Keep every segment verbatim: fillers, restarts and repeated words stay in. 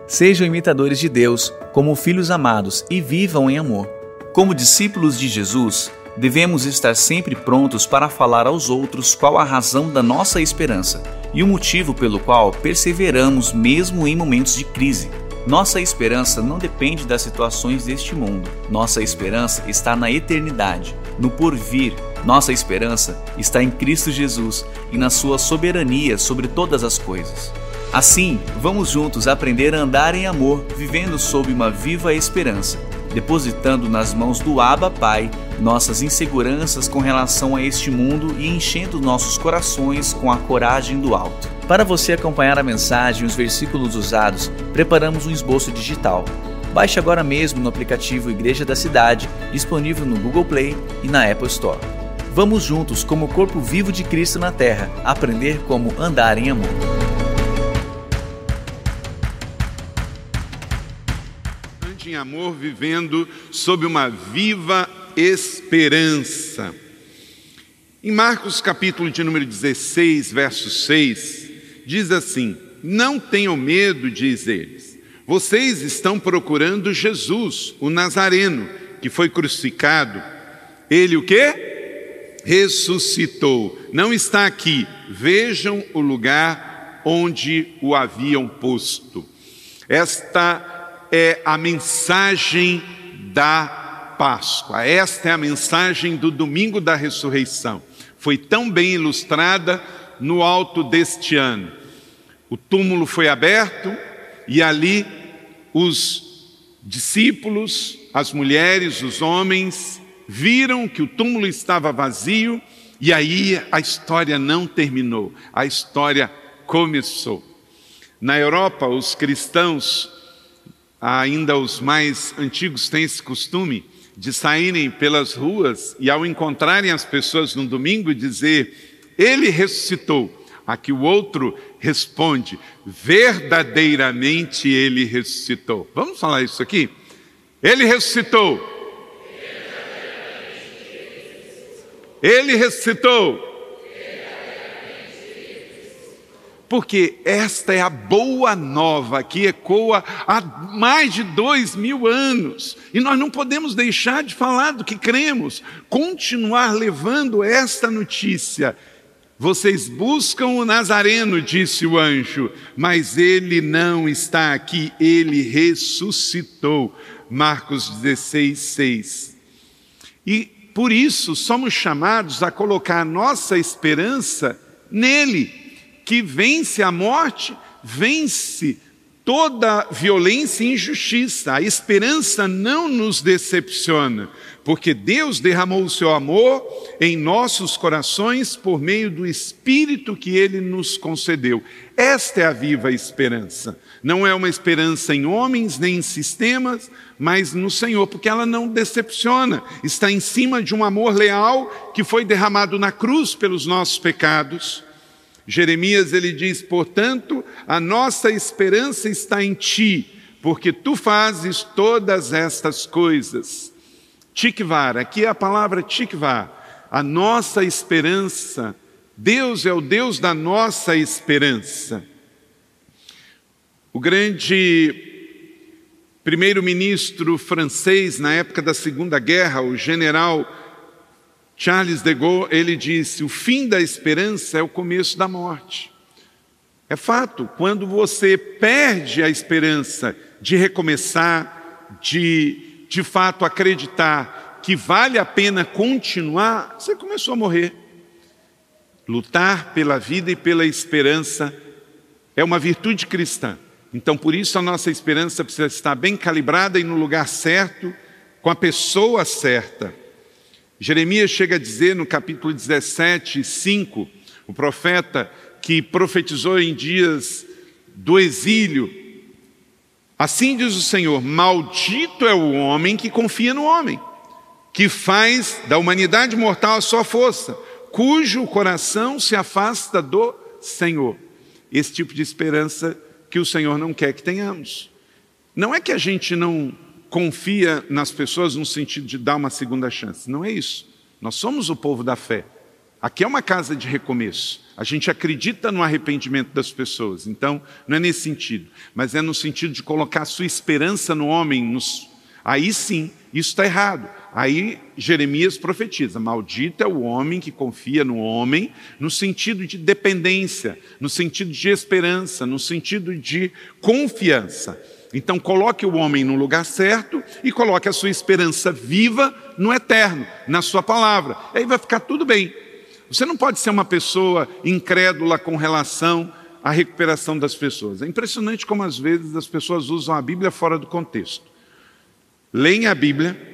Sejam imitadores de Deus, como filhos amados, e vivam em amor. Como discípulos de Jesus, devemos estar sempre prontos para falar aos outros qual a razão da nossa esperança e o motivo pelo qual perseveramos mesmo em momentos de crise. Nossa esperança não depende das situações deste mundo. Nossa esperança está na eternidade, no porvir. Nossa esperança está em Cristo Jesus e na sua soberania sobre todas as coisas. Assim, vamos juntos aprender a andar em amor, vivendo sob uma viva esperança, depositando nas mãos do Abba Pai nossas inseguranças com relação a este mundo e enchendo nossos corações com a coragem do alto. Para você acompanhar a mensagem e os versículos usados, preparamos um esboço digital. Baixe agora mesmo no aplicativo Igreja da Cidade, disponível no Google Play e na Apple Store. Vamos juntos, como o corpo vivo de Cristo na Terra, aprender como andar em amor. Em amor, vivendo sob uma viva esperança. Em Marcos capítulo de número dezesseis, verso seis, diz assim: não tenham medo, diz eles, vocês estão procurando Jesus, o Nazareno, que foi crucificado. Ele o quê? Ressuscitou. Não está aqui. Vejam o lugar onde o haviam posto. Esta é a mensagem da Páscoa. Esta é a mensagem do domingo da ressurreição. Foi tão bem ilustrada no alto deste ano. O túmulo foi aberto e ali os discípulos, as mulheres, os homens, viram que o túmulo estava vazio e aí a história não terminou. A história começou. Na Europa, os cristãos, ainda os mais antigos, têm esse costume de saírem pelas ruas e, ao encontrarem as pessoas no domingo, dizer: ele ressuscitou. A que o outro responde: verdadeiramente ele ressuscitou. Vamos falar isso aqui? Ele ressuscitou. Ele ressuscitou. Porque esta é a boa nova que ecoa há mais de dois mil anos. E nós não podemos deixar de falar do que cremos, continuar levando esta notícia. Vocês buscam o Nazareno, disse o anjo, mas ele não está aqui, ele ressuscitou. Marcos dezesseis, seis. E por isso somos chamados a colocar a nossa esperança nele, que vence a morte, vence toda violência e injustiça. A esperança não nos decepciona, porque Deus derramou o seu amor em nossos corações por meio do Espírito que Ele nos concedeu. Esta é a viva esperança. Não é uma esperança em homens nem em sistemas, mas no Senhor, porque ela não decepciona. Está em cima de um amor leal que foi derramado na cruz pelos nossos pecados. Jeremias, ele diz: portanto, a nossa esperança está em ti, porque tu fazes todas estas coisas. Tikvar, aqui é a palavra tikvar, a nossa esperança. Deus é o Deus da nossa esperança. O grande primeiro-ministro francês, na época da Segunda Guerra, o general Charles de Gaulle, ele disse: o fim da esperança é o começo da morte. É fato, quando você perde a esperança de recomeçar, de, de fato acreditar que vale a pena continuar, você começou a morrer. Lutar pela vida e pela esperança é uma virtude cristã. Então, por isso, a nossa esperança precisa estar bem calibrada e no lugar certo, com a pessoa certa. Jeremias chega a dizer no capítulo dezessete, cinco, o profeta que profetizou em dias do exílio: assim diz o Senhor, maldito é o homem que confia no homem, que faz da humanidade mortal a sua força, cujo coração se afasta do Senhor. Esse tipo de esperança que o Senhor não quer que tenhamos. Não é que a gente não confia nas pessoas no sentido de dar uma segunda chance. Não é isso. Nós somos o povo da fé. Aqui é uma casa de recomeço. A gente acredita no arrependimento das pessoas. Então, não é nesse sentido. Mas é no sentido de colocar a sua esperança no homem. Nos... Aí sim, isso está errado. Aí Jeremias profetiza: maldito é o homem que confia no homem, no sentido de dependência, no sentido de esperança, no sentido de confiança. Então coloque o homem no lugar certo e coloque a sua esperança viva no eterno, na sua palavra. Aí vai ficar tudo bem. Você não pode ser uma pessoa incrédula com relação à recuperação das pessoas. É impressionante como às vezes as pessoas usam a Bíblia fora do contexto. Leem a Bíblia,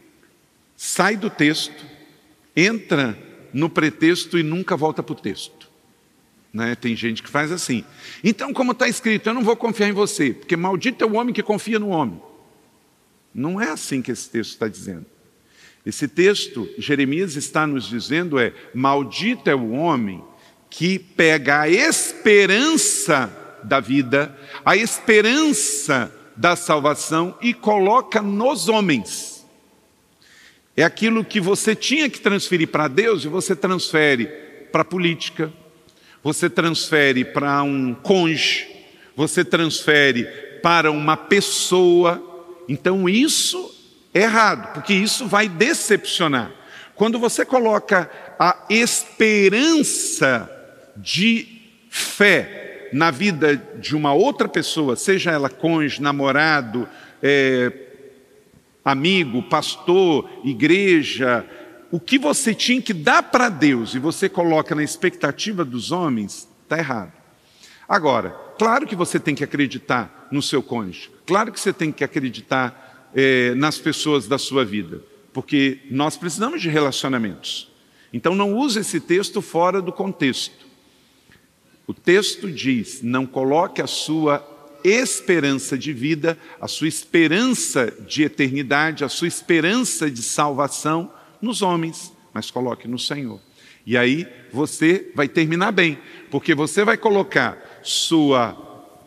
sai do texto, entra no pretexto e nunca volta para o texto. Né? Tem gente que faz assim. Então, como está escrito, eu não vou confiar em você, porque maldito é o homem que confia no homem. Não é assim que esse texto está dizendo. Esse texto, Jeremias está nos dizendo é: maldito é o homem que pega a esperança da vida, a esperança da salvação e coloca nos homens. É aquilo que você tinha que transferir para Deus e você transfere para a política, você transfere para um cônjuge, você transfere para uma pessoa. Então isso é errado, porque isso vai decepcionar. Quando você coloca a esperança de fé na vida de uma outra pessoa, seja ela cônjuge, namorado, é, amigo, pastor, igreja, o que você tinha que dar para Deus e você coloca na expectativa dos homens, está errado. Agora, claro que você tem que acreditar no seu cônjuge, claro que você tem que acreditar é, nas pessoas da sua vida, porque nós precisamos de relacionamentos. Então não use esse texto fora do contexto. O texto diz: não coloque a sua esperança de vida, a sua esperança de eternidade, a sua esperança de salvação nos homens, mas coloque no Senhor. E aí você vai terminar bem, porque você vai colocar sua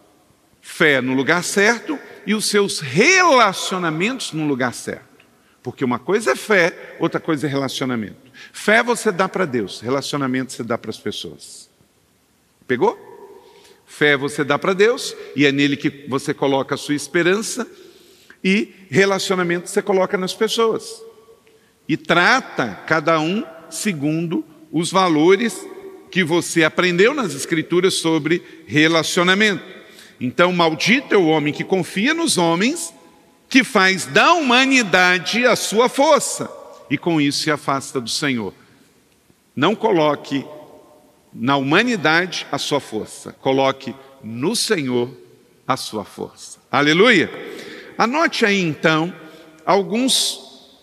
fé no lugar certo e os seus relacionamentos no lugar certo. Porque uma coisa é fé, outra coisa é relacionamento. Fé você dá para Deus, relacionamento você dá para as pessoas. Pegou? Fé você dá para Deus, e é nele que você coloca a sua esperança, e relacionamento você coloca nas pessoas. E trata cada um segundo os valores que você aprendeu nas Escrituras sobre relacionamento. Então, maldito é o homem que confia nos homens, que faz da humanidade a sua força, e com isso se afasta do Senhor. Não coloque na humanidade a sua força, coloque no Senhor a sua força. Aleluia! Anote aí então alguns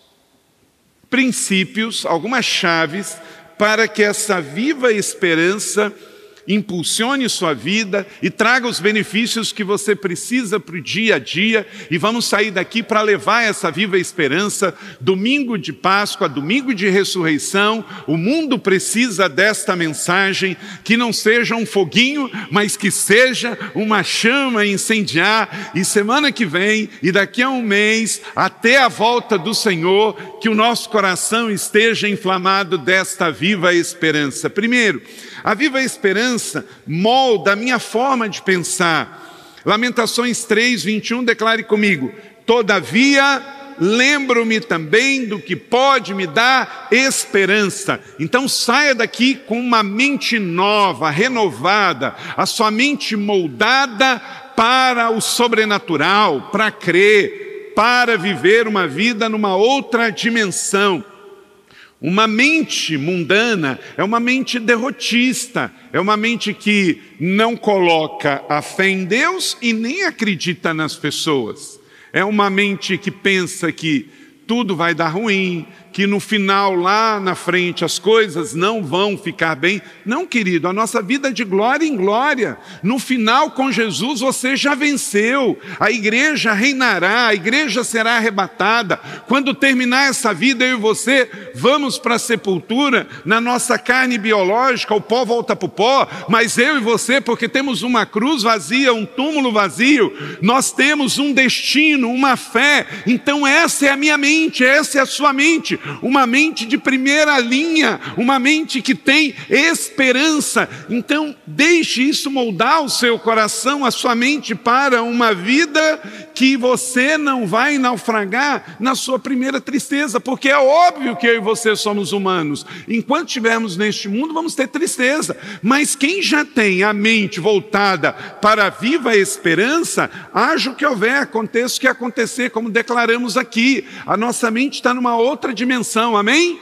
princípios, algumas chaves para que essa viva esperança impulsione sua vida e traga os benefícios que você precisa para o dia a dia, e vamos sair daqui para levar essa viva esperança. Domingo de Páscoa, domingo de ressurreição, o mundo precisa desta mensagem, que não seja um foguinho, mas que seja uma chama a incendiar, e semana que vem, e daqui a um mês, até a volta do Senhor, que o nosso coração esteja inflamado desta viva esperança. Primeiro, a viva esperança molda a minha forma de pensar. Lamentações três, vinte e um, declare comigo: todavia, lembro-me também do que pode me dar esperança. Então saia daqui com uma mente nova, renovada, a sua mente moldada para o sobrenatural, para crer, para viver uma vida numa outra dimensão. Uma mente mundana é uma mente derrotista, é uma mente que não coloca a fé em Deus e nem acredita nas pessoas. É uma mente que pensa que tudo vai dar ruim, que no final, lá na frente, as coisas não vão ficar bem. Não, querido, a nossa vida é de glória em glória. No final, com Jesus, você já venceu. A igreja reinará, a igreja será arrebatada. Quando terminar essa vida, eu e você vamos para a sepultura. Na nossa carne biológica, o pó volta para o pó, mas eu e você, porque temos uma cruz vazia, um túmulo vazio, nós temos um destino, uma fé. Então essa é a minha mente, essa é a sua mente. uma mente de primeira linha, uma mente que tem esperança. Então, deixe isso moldar o seu coração, a sua mente para uma vida que você não vai naufragar na sua primeira tristeza, porque é óbvio que eu e você somos humanos. Enquanto estivermos neste mundo, vamos ter tristeza, mas quem já tem a mente voltada para a viva esperança, haja o que houver, aconteça o que acontecer, como declaramos aqui, a nossa mente está numa outra dimensão, amém?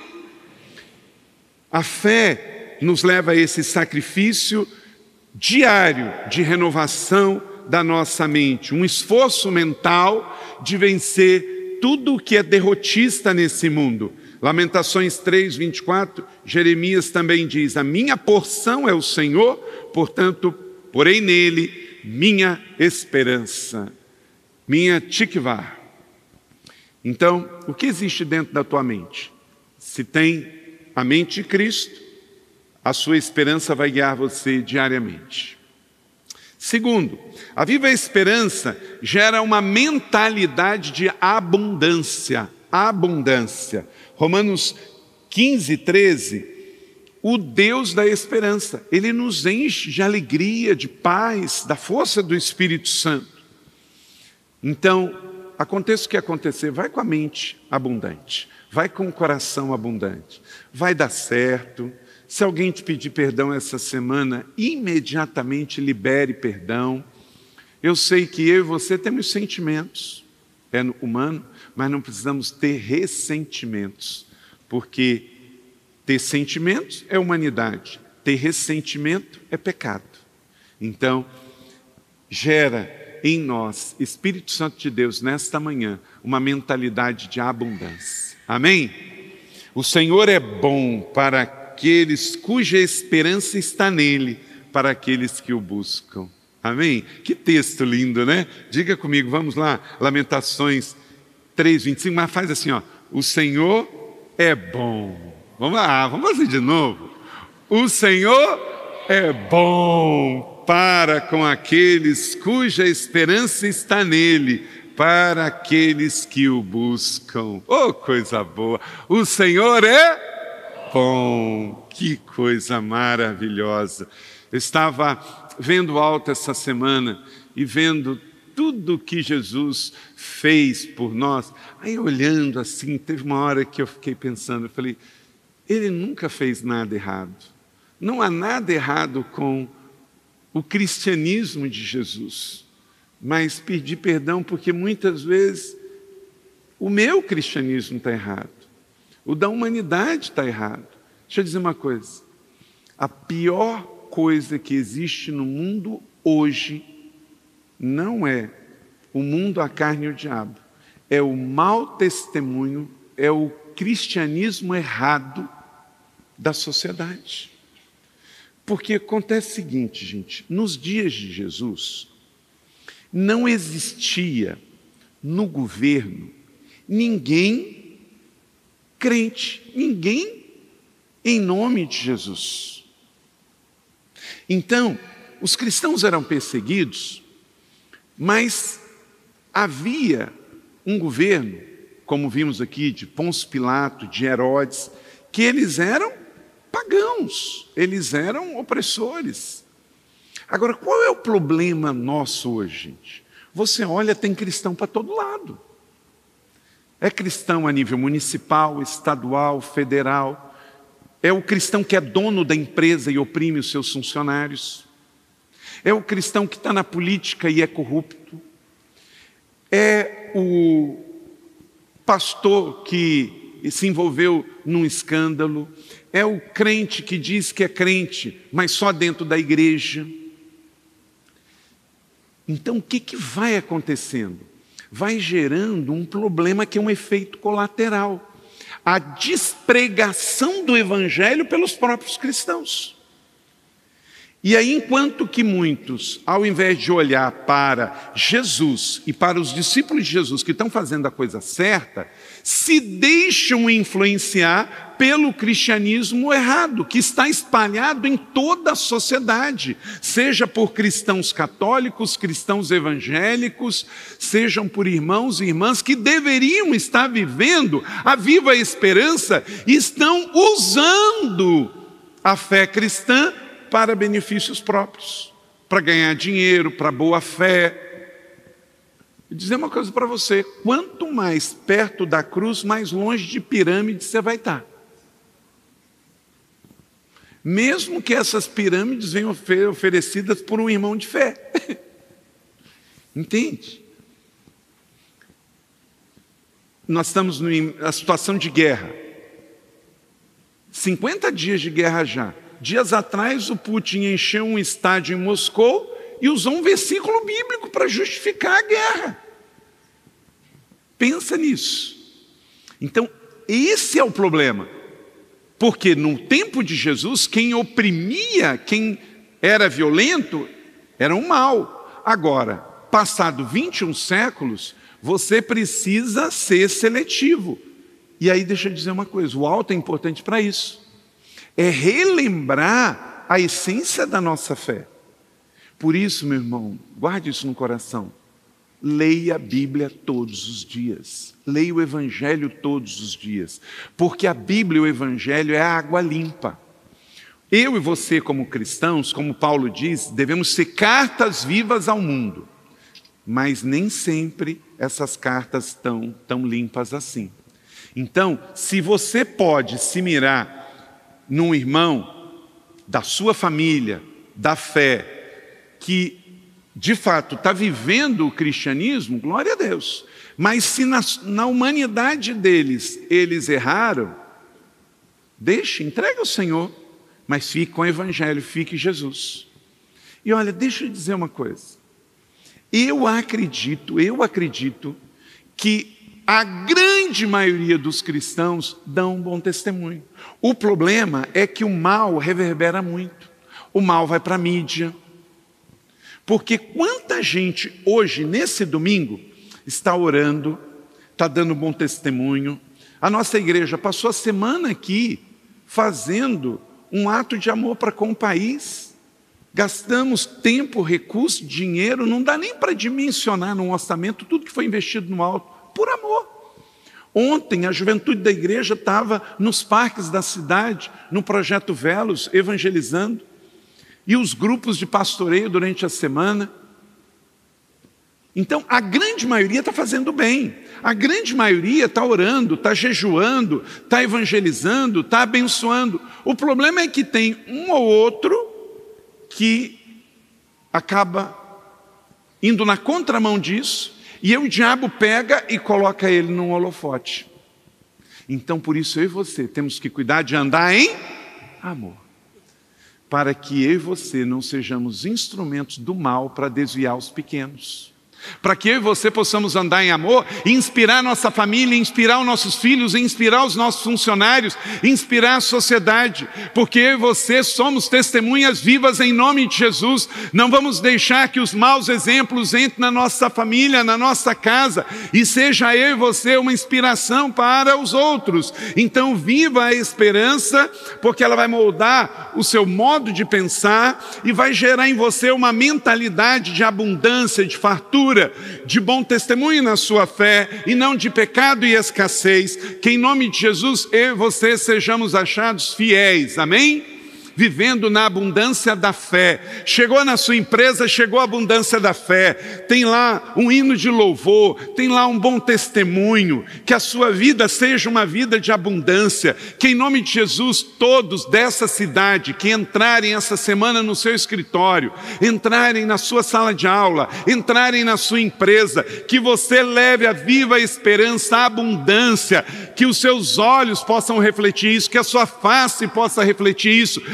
A fé nos leva a esse sacrifício diário de renovação da nossa mente, um esforço mental de vencer tudo o que é derrotista nesse mundo. Lamentações três, vinte e quatro, Jeremias também diz: a minha porção é o Senhor, portanto, porém nele minha esperança, minha tikvah. Então, o que existe dentro da tua mente? Se tem a mente de Cristo, a sua esperança vai guiar você diariamente. Segundo, a viva esperança gera uma mentalidade de abundância. Abundância. Romanos quinze, treze, o Deus da esperança, Ele nos enche de alegria, de paz, da força do Espírito Santo. Então, aconteça o que acontecer, vai com a mente abundante, vai com o coração abundante, vai dar certo. Se alguém te pedir perdão essa semana, imediatamente libere perdão. Eu sei que eu e você temos sentimentos, é humano, mas não precisamos ter ressentimentos, porque ter sentimentos é humanidade, ter ressentimento é pecado. Então, gera em nós, Espírito Santo de Deus, nesta manhã, uma mentalidade de abundância. Amém? O Senhor é bom para aqueles cuja esperança está nele, para aqueles que o buscam. Amém? Que texto lindo, né? Diga comigo, vamos lá, Lamentações três, vinte e cinco, mas faz assim, ó, o Senhor é bom. Vamos lá, vamos fazer de novo. O Senhor é bom para com aqueles cuja esperança está nele, para aqueles que o buscam. Oh, coisa boa! O Senhor é bom. Que coisa maravilhosa. Eu estava vendo alto essa semana e vendo tudo que Jesus fez por nós. Aí olhando assim, teve uma hora que eu fiquei pensando, eu falei, Ele nunca fez nada errado. Não há nada errado com o cristianismo de Jesus. Mas pedir perdão porque muitas vezes o meu cristianismo está errado. O da humanidade está errado. Deixa eu dizer uma coisa. A pior coisa que existe no mundo hoje não é o mundo, a carne e o diabo. É o mau testemunho, é o cristianismo errado da sociedade. Porque acontece o seguinte, gente, nos dias de Jesus, não existia no governo ninguém crente, ninguém em nome de Jesus. Então, os cristãos eram perseguidos, mas havia um governo, como vimos aqui, de Pôncio Pilato, de Herodes, que eles eram pagãos, eles eram opressores. Agora, qual é o problema nosso hoje, gente? Você olha, tem cristão para todo lado. É cristão a nível municipal, estadual, federal. É o cristão que é dono da empresa e oprime os seus funcionários. É o cristão que está na política e é corrupto. É o pastor que se envolveu num escândalo. É o crente que diz que é crente, mas só dentro da igreja. Então, o que, que vai acontecendo? Vai gerando um problema que é um efeito colateral. A despregação do evangelho pelos próprios cristãos. E aí, enquanto que muitos, ao invés de olhar para Jesus e para os discípulos de Jesus que estão fazendo a coisa certa, se deixam influenciar pelo cristianismo errado, que está espalhado em toda a sociedade, seja por cristãos católicos, cristãos evangélicos, sejam por irmãos e irmãs que deveriam estar vivendo a viva esperança e estão usando a fé cristã para benefícios próprios, para ganhar dinheiro, para boa fé. Vou dizer uma coisa para você: quanto mais perto da cruz, mais longe de pirâmide você vai estar. Mesmo que essas pirâmides venham oferecidas por um irmão de fé. Entende? Nós estamos na situação de guerra. cinquenta dias de guerra já. Dias atrás, o Putin encheu um estádio em Moscou e usou um versículo bíblico para justificar a guerra. Pensa nisso. Então, esse é o problema. Porque no tempo de Jesus, quem oprimia, quem era violento, era um mal. Agora, passado vinte e um séculos, você precisa ser seletivo. E aí, deixa eu dizer uma coisa, o alto é importante para isso. É relembrar a essência da nossa fé. Por isso, meu irmão, guarde isso no coração. Leia a Bíblia todos os dias. Leia o Evangelho todos os dias. Porque a Bíblia e o Evangelho é a água limpa. Eu e você, como cristãos, como Paulo diz, devemos ser cartas vivas ao mundo. Mas nem sempre essas cartas estão tão limpas assim. Então, se você pode se mirar num irmão da sua família, da fé, que de fato está vivendo o cristianismo, glória a Deus. Mas se na, na humanidade deles eles erraram, deixe, entregue ao Senhor, mas fique com o Evangelho, fique Jesus. E olha, deixa eu dizer uma coisa. Eu acredito, eu acredito que a grande maioria dos cristãos dão um bom testemunho. O problema é que o mal reverbera muito. O mal vai para a mídia. Porque quanta gente hoje, nesse domingo, está orando, está dando bom testemunho. A nossa igreja passou a semana aqui fazendo um ato de amor para com o país. Gastamos tempo, recurso, dinheiro, não dá nem para dimensionar num orçamento tudo que foi investido no alto. Por amor. Ontem a juventude da igreja estava nos parques da cidade, no projeto Velos, evangelizando. E os grupos de pastoreio durante a semana. Então, a grande maioria está fazendo bem. A grande maioria está orando, está jejuando, está evangelizando, está abençoando. O problema é que tem um ou outro que acaba indo na contramão disso. E aí o diabo pega e coloca ele num holofote. Então, por isso, eu e você temos que cuidar de andar em amor. Para que eu e você não sejamos instrumentos do mal para desviar os pequenos. Para que eu e você possamos andar em amor e inspirar nossa família, inspirar os nossos filhos, inspirar os nossos funcionários, inspirar a sociedade. Porque eu e você somos testemunhas vivas em nome de Jesus. Não vamos deixar que os maus exemplos entrem na nossa família, na nossa casa, e seja eu e você uma inspiração para os outros. Então viva a esperança, porque ela vai moldar o seu modo de pensar e vai gerar em você uma mentalidade de abundância, de fartura, de bom testemunho na sua fé e não de pecado e escassez. Que em nome de Jesus eu e você sejamos achados fiéis, amém? Vivendo na abundância da fé. Chegou na sua empresa, chegou a abundância da fé. Tem lá um hino de louvor, tem lá um bom testemunho. Que a sua vida seja uma vida de abundância. Que em nome de Jesus, todos dessa cidade que entrarem essa semana no seu escritório, entrarem na sua sala de aula, entrarem na sua empresa, que você leve a viva esperança, a abundância, que os seus olhos possam refletir isso, que a sua face possa refletir isso.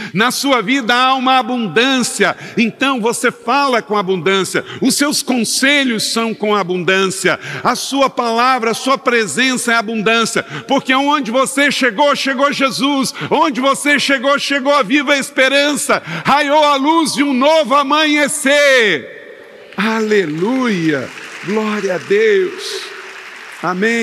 Na sua vida há uma abundância, então você fala com abundância, os seus conselhos são com abundância, a sua palavra, a sua presença é abundância, porque onde você chegou, chegou Jesus, onde você chegou, chegou a viva esperança, raiou a luz de um novo amanhecer. Aleluia, glória a Deus, amém.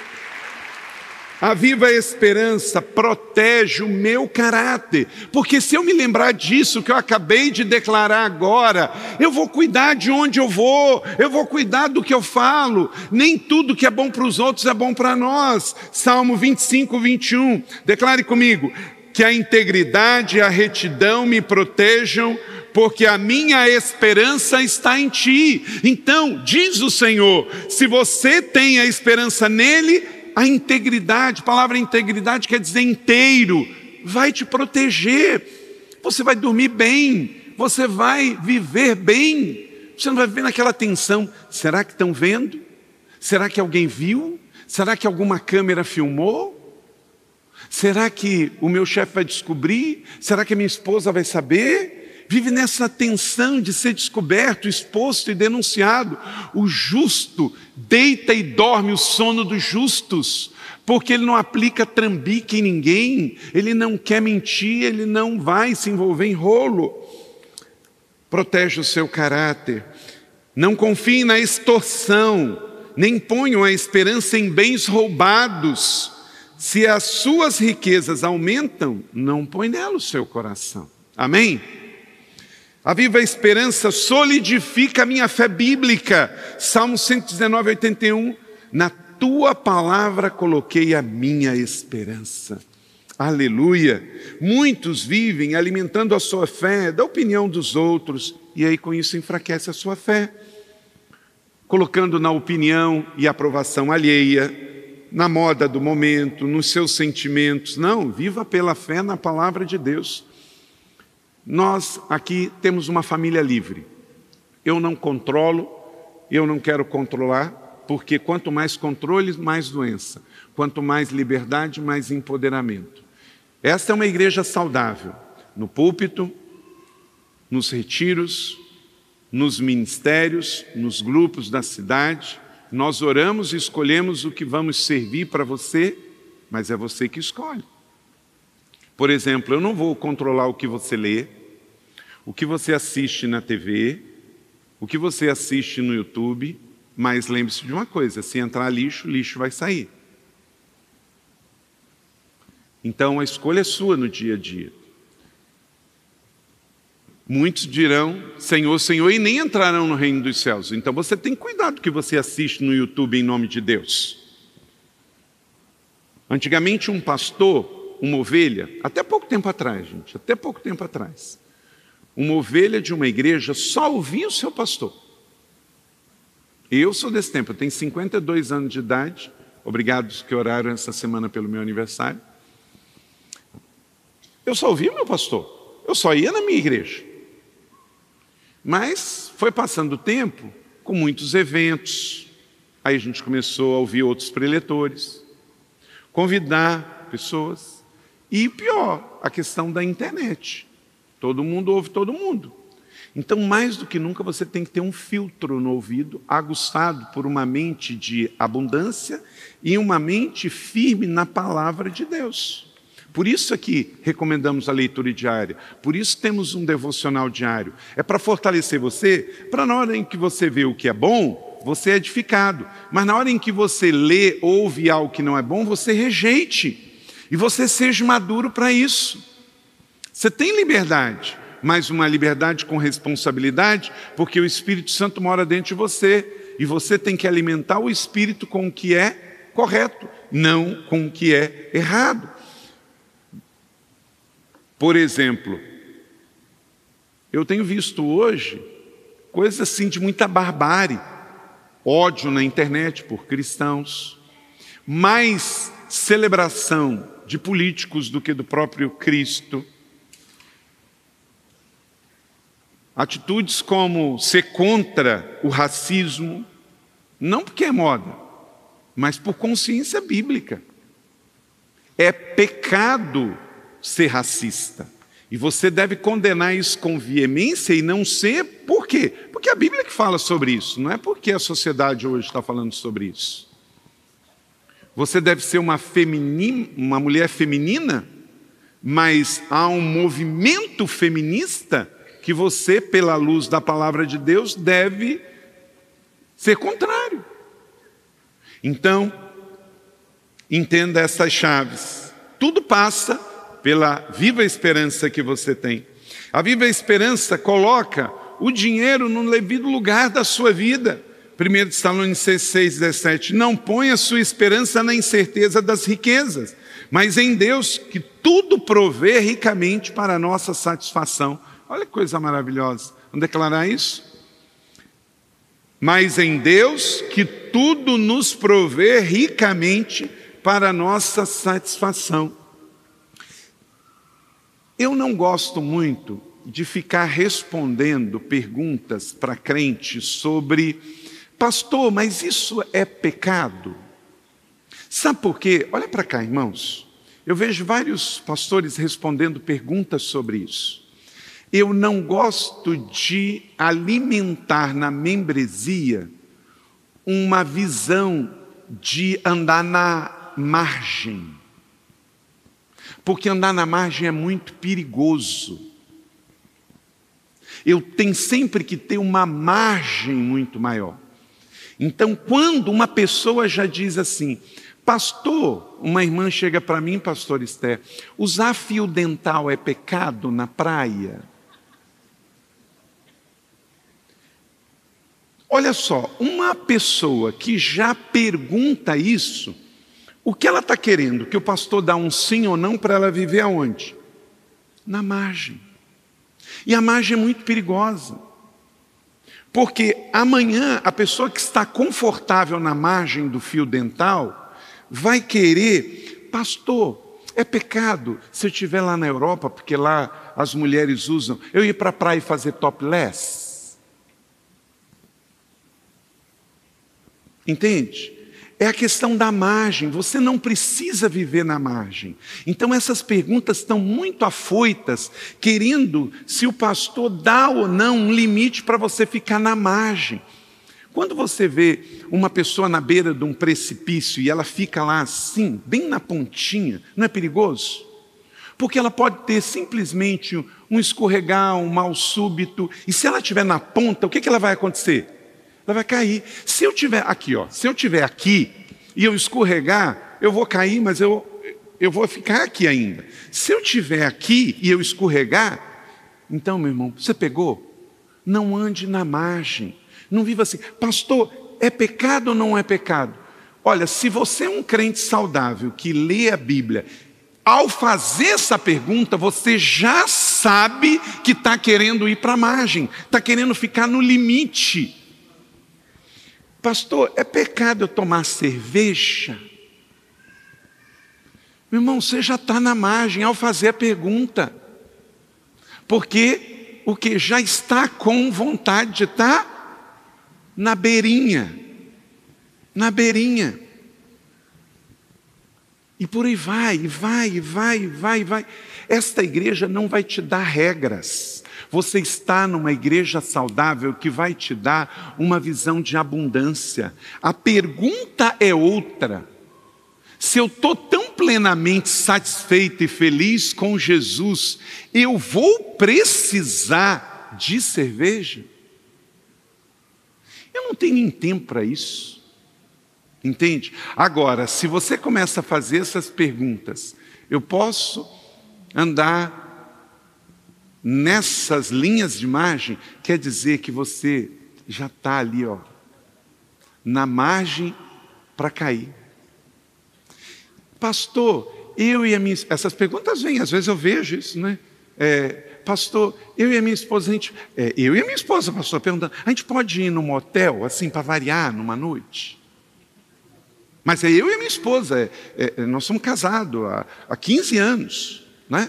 A viva esperança protege o meu caráter, porque se eu me lembrar disso que eu acabei de declarar agora, eu vou cuidar de onde eu vou, eu vou cuidar do que eu falo. Nem tudo que é bom para os outros é bom para nós. Salmo vinte e cinco, vinte e um, declare comigo: que a integridade e a retidão me protejam, porque a minha esperança está em ti. Então, diz o Senhor, se você tem a esperança nele, a integridade, a palavra integridade quer dizer inteiro, vai te proteger. Você vai dormir bem, você vai viver bem, você não vai viver naquela tensão. Será que estão vendo? Será que alguém viu? Será que alguma câmera filmou? Será que o meu chefe vai descobrir? Será que a minha esposa vai saber? Vive nessa tensão de ser descoberto, exposto e denunciado. O justo deita e dorme o sono dos justos, porque ele não aplica trambique em ninguém, ele não quer mentir, ele não vai se envolver em rolo. Protege o seu caráter. Não confie na extorsão, nem ponham a esperança em bens roubados. Se as suas riquezas aumentam, não põe nela o seu coração. Amém? A viva esperança solidifica a minha fé bíblica. Salmo cento e dezenove, oitenta e um. Na tua palavra coloquei a minha esperança. Aleluia. Muitos vivem alimentando a sua fé da opinião dos outros, e aí com isso enfraquece a sua fé, colocando na opinião e aprovação alheia, na moda do momento, nos seus sentimentos. Não, viva pela fé na palavra de Deus. Nós aqui temos uma família livre. Eu não controlo, eu não quero controlar, porque quanto mais controle, mais doença. Quanto mais liberdade, mais empoderamento. Esta é uma igreja saudável. No púlpito, nos retiros, nos ministérios, nos grupos da cidade, nós oramos e escolhemos o que vamos servir para você, mas é você que escolhe. Por exemplo, eu não vou controlar o que você lê, o que você assiste na T V, o que você assiste no YouTube, mas lembre-se de uma coisa, se entrar lixo, lixo vai sair. Então a escolha é sua no dia a dia. Muitos dirão, Senhor, Senhor, e nem entrarão no reino dos céus. Então você tem cuidado do que você assiste no YouTube em nome de Deus. Antigamente um pastor, uma ovelha, até pouco tempo atrás, gente, até pouco tempo atrás, uma ovelha de uma igreja só ouvia o seu pastor. Eu sou desse tempo, eu tenho cinquenta e dois anos de idade, obrigado os que oraram essa semana pelo meu aniversário. Eu só ouvia o meu pastor, eu só ia na minha igreja. Mas foi passando o tempo, com muitos eventos, aí a gente começou a ouvir outros preletores, convidar pessoas. E pior, a questão da internet. Todo mundo ouve todo mundo. Então, mais do que nunca, você tem que ter um filtro no ouvido, aguçado por uma mente de abundância e uma mente firme na palavra de Deus. Por isso aqui recomendamos a leitura diária, por isso temos um devocional diário. É para fortalecer você, para na hora em que você vê o que é bom, você é edificado. Mas na hora em que você lê, ouve algo que não é bom, você rejeite. E você seja maduro para isso. Você tem liberdade, mas uma liberdade com responsabilidade, porque o Espírito Santo mora dentro de você, e você tem que alimentar o Espírito com o que é correto, não com o que é errado. Por exemplo, eu tenho visto hoje coisas assim de muita barbárie, ódio na internet por cristãos, mais celebração de políticos do que do próprio Cristo. Atitudes como ser contra o racismo, não porque é moda, mas por consciência bíblica. É pecado ser racista. E você deve condenar isso com veemência e não ser, por quê? Porque a Bíblia que fala sobre isso, não é porque a sociedade hoje está falando sobre isso. Você deve ser uma, femini, uma mulher feminina, mas há um movimento feminista que você, pela luz da palavra de Deus, deve ser contrário. Então, entenda essas chaves. Tudo passa pela viva esperança que você tem. A viva esperança coloca o dinheiro no devido lugar da sua vida. primeiro Tessalonicenses seis, dezessete. Não ponha a sua esperança na incerteza das riquezas, mas em Deus, que tudo provê ricamente para a nossa satisfação. Olha que coisa maravilhosa. Vamos declarar isso? Mas em Deus, que tudo nos provê ricamente para a nossa satisfação. Eu não gosto muito de ficar respondendo perguntas para crentes sobre: pastor, mas isso é pecado? Sabe por quê? Olha para cá, irmãos. Eu vejo vários pastores respondendo perguntas sobre isso. Eu não gosto de alimentar na membresia uma visão de andar na margem. Porque andar na margem é muito perigoso. Eu tenho sempre que ter uma margem muito maior. Então, quando uma pessoa já diz assim: pastor, uma irmã chega para mim, pastor Esther, usar fio dental é pecado na praia? Olha só, uma pessoa que já pergunta isso, o que ela está querendo? Que o pastor dá um sim ou não para ela viver aonde? Na margem. E a margem é muito perigosa. Porque amanhã a pessoa que está confortável na margem do fio dental vai querer: pastor, é pecado se eu estiver lá na Europa, porque lá as mulheres usam, eu ir para a praia e fazer topless? Entende? É a questão da margem. Você não precisa viver na margem. Então essas perguntas estão muito afoitas, querendo se o pastor dá ou não um limite para você ficar na margem. Quando você vê uma pessoa na beira de um precipício e ela fica lá assim, bem na pontinha, não é perigoso? Porque ela pode ter simplesmente um escorregar, um mal súbito, e se ela estiver na ponta, o que, que ela vai acontecer? Ela vai cair. Se eu tiver aqui, ó, se eu tiver aqui e eu escorregar, eu vou cair, mas eu, eu vou ficar aqui ainda. Se eu tiver aqui e eu escorregar, então, meu irmão, você pegou? Não ande na margem. Não viva assim: pastor, é pecado ou não é pecado? Olha, se você é um crente saudável que lê a Bíblia, ao fazer essa pergunta, você já sabe que está querendo ir para a margem, está querendo ficar no limite. Pastor, é pecado eu tomar cerveja? Meu irmão, você já está na margem ao fazer a pergunta. Porque o que já está com vontade de estar na beirinha. Na beirinha. E por aí vai, e vai, e vai, e vai, e vai. Esta igreja não vai te dar regras. Você está numa igreja saudável que vai te dar uma visão de abundância. A pergunta é outra. Se eu estou tão plenamente satisfeito e feliz com Jesus, eu vou precisar de cerveja? Eu não tenho nem tempo para isso. Entende? Agora, se você começa a fazer essas perguntas, eu posso andar nessas linhas de margem, quer dizer que você já está ali, ó, na margem para cair. Pastor, eu e a minha... Essas perguntas vêm, às vezes eu vejo isso, né? É, pastor, eu e a minha esposa, a gente... É, eu e a minha esposa, pastor, perguntando, a gente pode ir num motel, assim, para variar, numa noite? Mas é eu e a minha esposa, é, é, nós somos casados há, há quinze anos, né?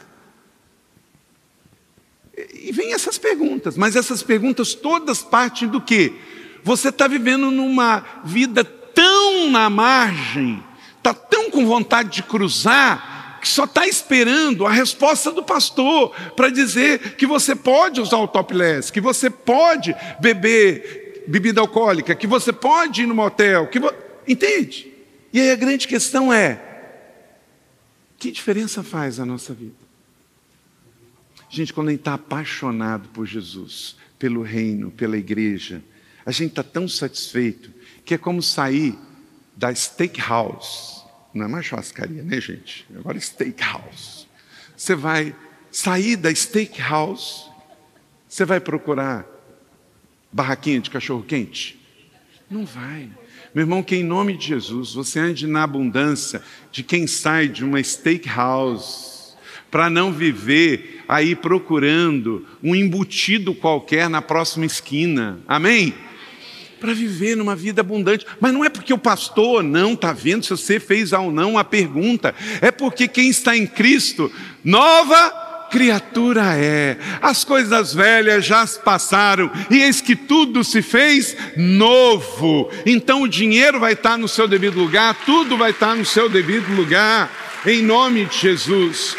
E vem essas perguntas, mas essas perguntas todas partem do quê? Você está vivendo numa vida tão na margem, está tão com vontade de cruzar, que só está esperando a resposta do pastor para dizer que você pode usar o topless, que você pode beber bebida alcoólica, que você pode ir no motel, que vo... entende? E aí a grande questão é, que diferença faz a nossa vida? Gente, quando a gente está apaixonado por Jesus, pelo reino, pela igreja, a gente está tão satisfeito que é como sair da steakhouse. Não é mais churrascaria, né, gente? Agora é steakhouse. Você vai sair da steakhouse, você vai procurar barraquinha de cachorro-quente? Não vai. Meu irmão, que em nome de Jesus, você ande na abundância de quem sai de uma steakhouse, para não viver aí procurando um embutido qualquer na próxima esquina. Amém? Para viver numa vida abundante. Mas não é porque o pastor não está vendo se você fez ou não a pergunta. É porque quem está em Cristo, nova criatura é. As coisas velhas já se passaram e eis que tudo se fez novo. Então o dinheiro vai estar no seu devido lugar, tudo vai estar no seu devido lugar, em nome de Jesus.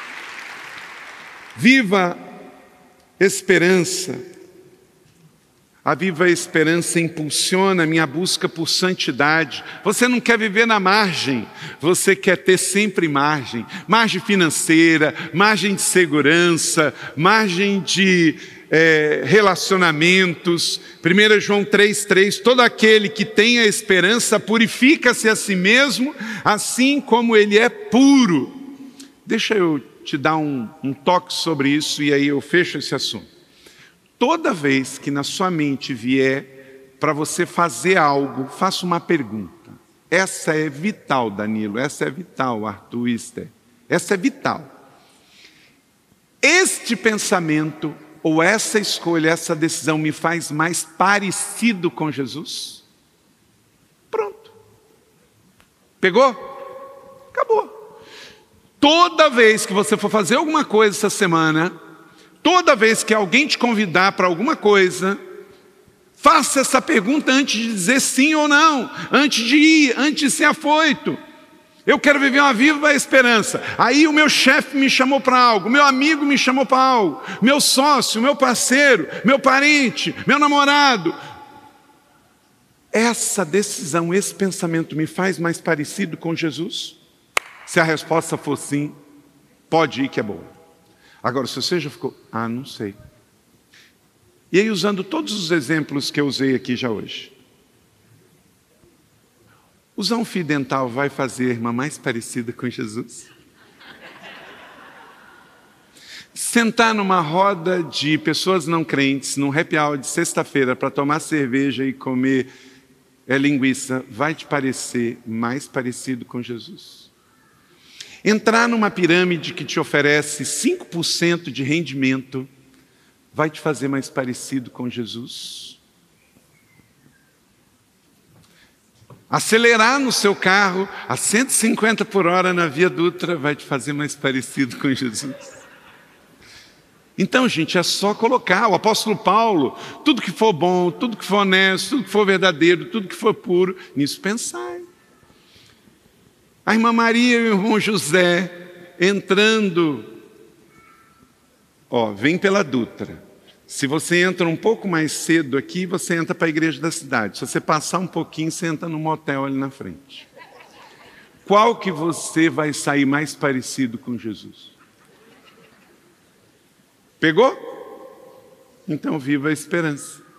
Viva esperança. A viva esperança impulsiona a minha busca por santidade. Você não quer viver na margem, você quer ter sempre margem. Margem financeira, margem de segurança, margem de é, relacionamentos. primeiro João três, três, todo aquele que tem a esperança purifica-se a si mesmo, assim como ele é puro. Deixa eu te dar um, um toque sobre isso e aí eu fecho esse assunto. Toda vez que na sua mente vier para você fazer algo, faça uma pergunta. Essa é vital, Danilo, essa é vital, Arthur Ister. Essa é vital. Este pensamento, ou essa escolha, essa decisão me faz mais parecido com Jesus? Pronto. Pegou? Acabou. Toda vez que você for fazer alguma coisa essa semana, toda vez que alguém te convidar para alguma coisa, faça essa pergunta antes de dizer sim ou não, antes de ir, antes de ser afoito. Eu quero viver uma viva esperança. Aí o meu chefe me chamou para algo, meu amigo me chamou para algo, meu sócio, meu parceiro, meu parente, meu namorado. Essa decisão, esse pensamento me faz mais parecido com Jesus? Se a resposta for sim, pode ir que é boa. Agora, se você já ficou, ah, não sei. E aí, usando todos os exemplos que eu usei aqui já hoje. Usar um fio dental vai fazer a irmã mais parecida com Jesus? Sentar numa roda de pessoas não crentes, num happy hour de sexta-feira, para tomar cerveja e comer é, linguiça, vai te parecer mais parecido com Jesus? Entrar numa pirâmide que te oferece cinco por cento de rendimento vai te fazer mais parecido com Jesus? Acelerar no seu carro a cento e cinquenta por hora na Via Dutra vai te fazer mais parecido com Jesus? Então, gente, é só colocar. O apóstolo Paulo, tudo que for bom, tudo que for honesto, tudo que for verdadeiro, tudo que for puro, nisso pensai. A irmã Maria e o irmão José entrando, ó, vem pela Dutra. Se você entra um pouco mais cedo aqui, você entra para a igreja da cidade. Se você passar um pouquinho, você entra no motel ali na frente. Qual que você vai sair mais parecido com Jesus? Pegou? Então viva a esperança.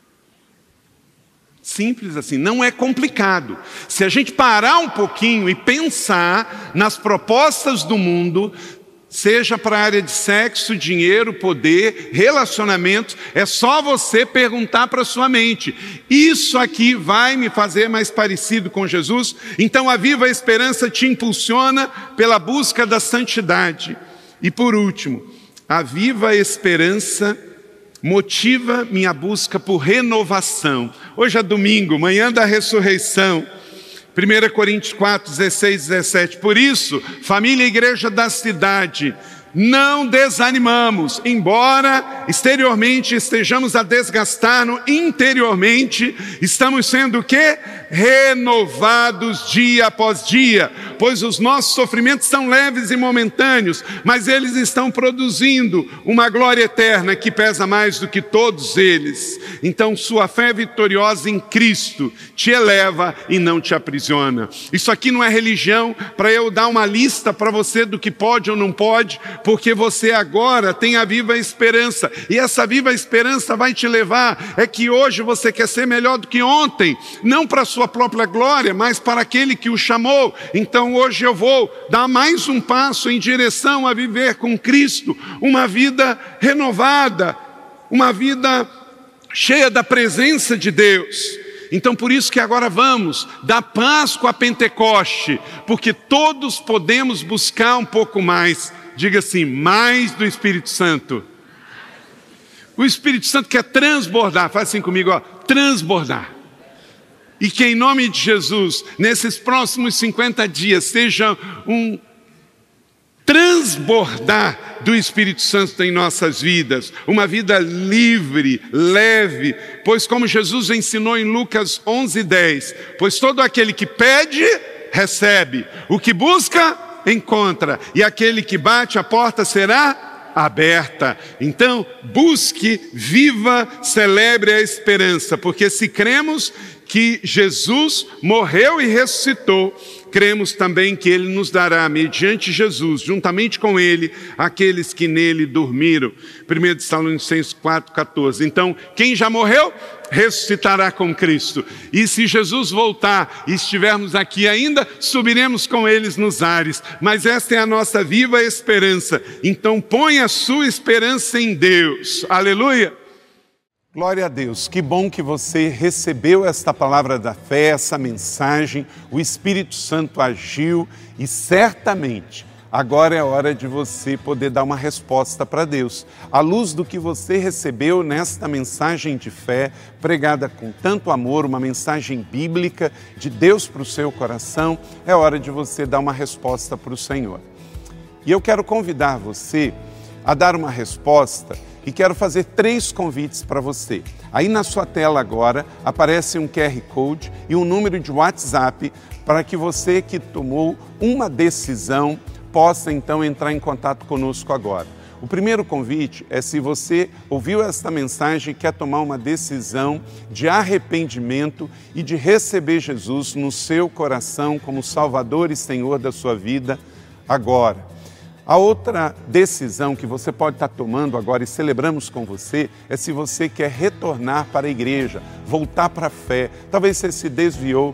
Simples assim, não é complicado. Se a gente parar um pouquinho e pensar nas propostas do mundo, seja para a área de sexo, dinheiro, poder, relacionamentos, é só você perguntar para a sua mente, isso aqui vai me fazer mais parecido com Jesus? Então a viva esperança te impulsiona pela busca da santidade. E por último, a viva esperança motiva minha busca por renovação. Hoje é domingo, manhã da ressurreição. primeira Coríntios quatro, dezesseis, dezessete. Por isso, família e igreja da cidade, não desanimamos, embora exteriormente estejamos a desgastar-nos, interiormente estamos sendo o quê? Renovados dia após dia, pois os nossos sofrimentos são leves e momentâneos, mas eles estão produzindo uma glória eterna que pesa mais do que todos eles. Então sua fé vitoriosa em Cristo te eleva e não te aprisiona. Isso aqui não é religião para eu dar uma lista para você do que pode ou não pode, porque você agora tem a viva esperança, e essa viva esperança vai te levar, é que hoje você quer ser melhor do que ontem, não para a sua própria glória, mas para aquele que o chamou. Então hoje eu vou dar mais um passo em direção a viver com Cristo, uma vida renovada, uma vida cheia da presença de Deus. Então por isso que agora vamos da Páscoa a Pentecoste, porque todos podemos buscar um pouco mais. Diga assim, mais do Espírito Santo. O Espírito Santo quer transbordar, faz assim comigo, ó, transbordar. E que em nome de Jesus, nesses próximos cinquenta dias, seja um transbordar do Espírito Santo em nossas vidas, uma vida livre, leve, pois como Jesus ensinou em Lucas onze, dez, pois todo aquele que pede, recebe, o que busca, encontra, e aquele que bate, a porta será aberta. Então, busque, viva, celebre a esperança, porque se cremos que Jesus morreu e ressuscitou, cremos também que Ele nos dará, mediante Jesus, juntamente com Ele, aqueles que nele dormiram. primeira Tessalonicenses quatro, quatorze. Então, quem já morreu, ressuscitará com Cristo. E se Jesus voltar e estivermos aqui ainda, subiremos com eles nos ares. Mas esta é a nossa viva esperança. Então põe a sua esperança em Deus. Aleluia! Glória a Deus, que bom que você recebeu esta palavra da fé, essa mensagem, o Espírito Santo agiu e certamente agora é hora de você poder dar uma resposta para Deus. À luz do que você recebeu nesta mensagem de fé, pregada com tanto amor, uma mensagem bíblica de Deus para o seu coração, é hora de você dar uma resposta para o Senhor. E eu quero convidar você a dar uma resposta e quero fazer três convites para você. Aí na sua tela agora aparece um Q R Code e um número de WhatsApp para que você que tomou uma decisão possa então entrar em contato conosco agora. O primeiro convite é se você ouviu esta mensagem e quer tomar uma decisão de arrependimento e de receber Jesus no seu coração como Salvador e Senhor da sua vida agora. A outra decisão que você pode estar tomando agora e celebramos com você é se você quer retornar para a igreja, voltar para a fé. Talvez você se desviou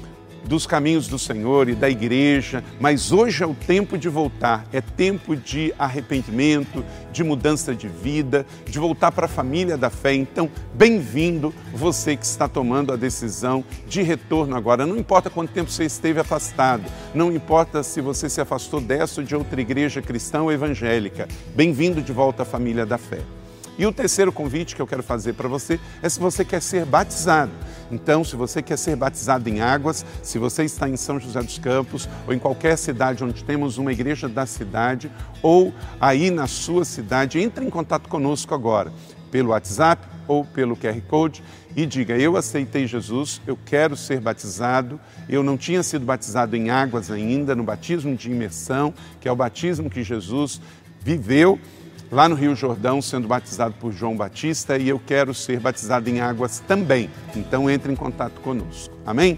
dos caminhos do Senhor e da igreja, mas hoje é o tempo de voltar, é tempo de arrependimento, de mudança de vida, de voltar para a família da fé. Então, bem-vindo você que está tomando a decisão de retorno agora. Não importa quanto tempo você esteve afastado, não importa se você se afastou dessa ou de outra igreja cristã ou evangélica, bem-vindo de volta à família da fé. E o terceiro convite que eu quero fazer para você é se você quer ser batizado. Então, se você quer ser batizado em águas, se você está em São José dos Campos ou em qualquer cidade onde temos uma igreja da cidade ou aí na sua cidade, entre em contato conosco agora, pelo WhatsApp ou pelo Q R Code e diga, eu aceitei Jesus, eu quero ser batizado, eu não tinha sido batizado em águas ainda, no batismo de imersão, que é o batismo que Jesus viveu lá no Rio Jordão, sendo batizado por João Batista, e eu quero ser batizado em águas também. Então, entre em contato conosco. Amém?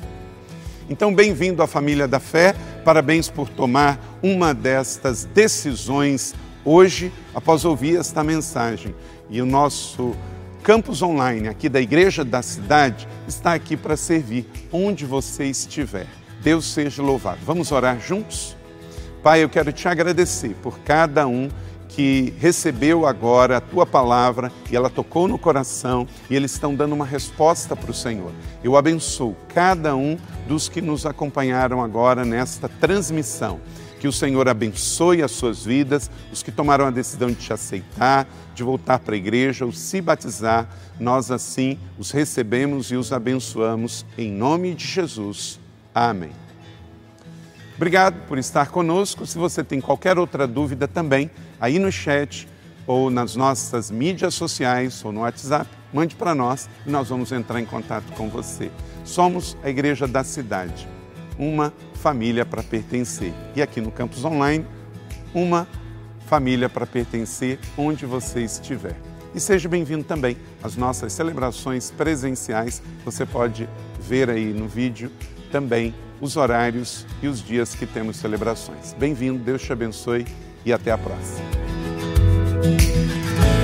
Então, bem-vindo à família da fé. Parabéns por tomar uma destas decisões hoje, após ouvir esta mensagem. E o nosso campus online aqui da Igreja da Cidade está aqui para servir onde você estiver. Deus seja louvado. Vamos orar juntos? Pai, eu quero te agradecer por cada um que recebeu agora a Tua palavra e ela tocou no coração e eles estão dando uma resposta para o Senhor. Eu abençoo cada um dos que nos acompanharam agora nesta transmissão. Que o Senhor abençoe as suas vidas, os que tomaram a decisão de te aceitar, de voltar para a igreja ou se batizar, nós assim os recebemos e os abençoamos em nome de Jesus. Amém. Obrigado por estar conosco. Se você tem qualquer outra dúvida também, aí no chat ou nas nossas mídias sociais ou no WhatsApp, mande para nós e nós vamos entrar em contato com você. Somos a Igreja da Cidade, uma família para pertencer. E aqui no Campus Online, uma família para pertencer onde você estiver. E seja bem-vindo também às nossas celebrações presenciais. Você pode ver aí no vídeo também os horários e os dias que temos celebrações. Bem-vindo, Deus te abençoe e até a próxima.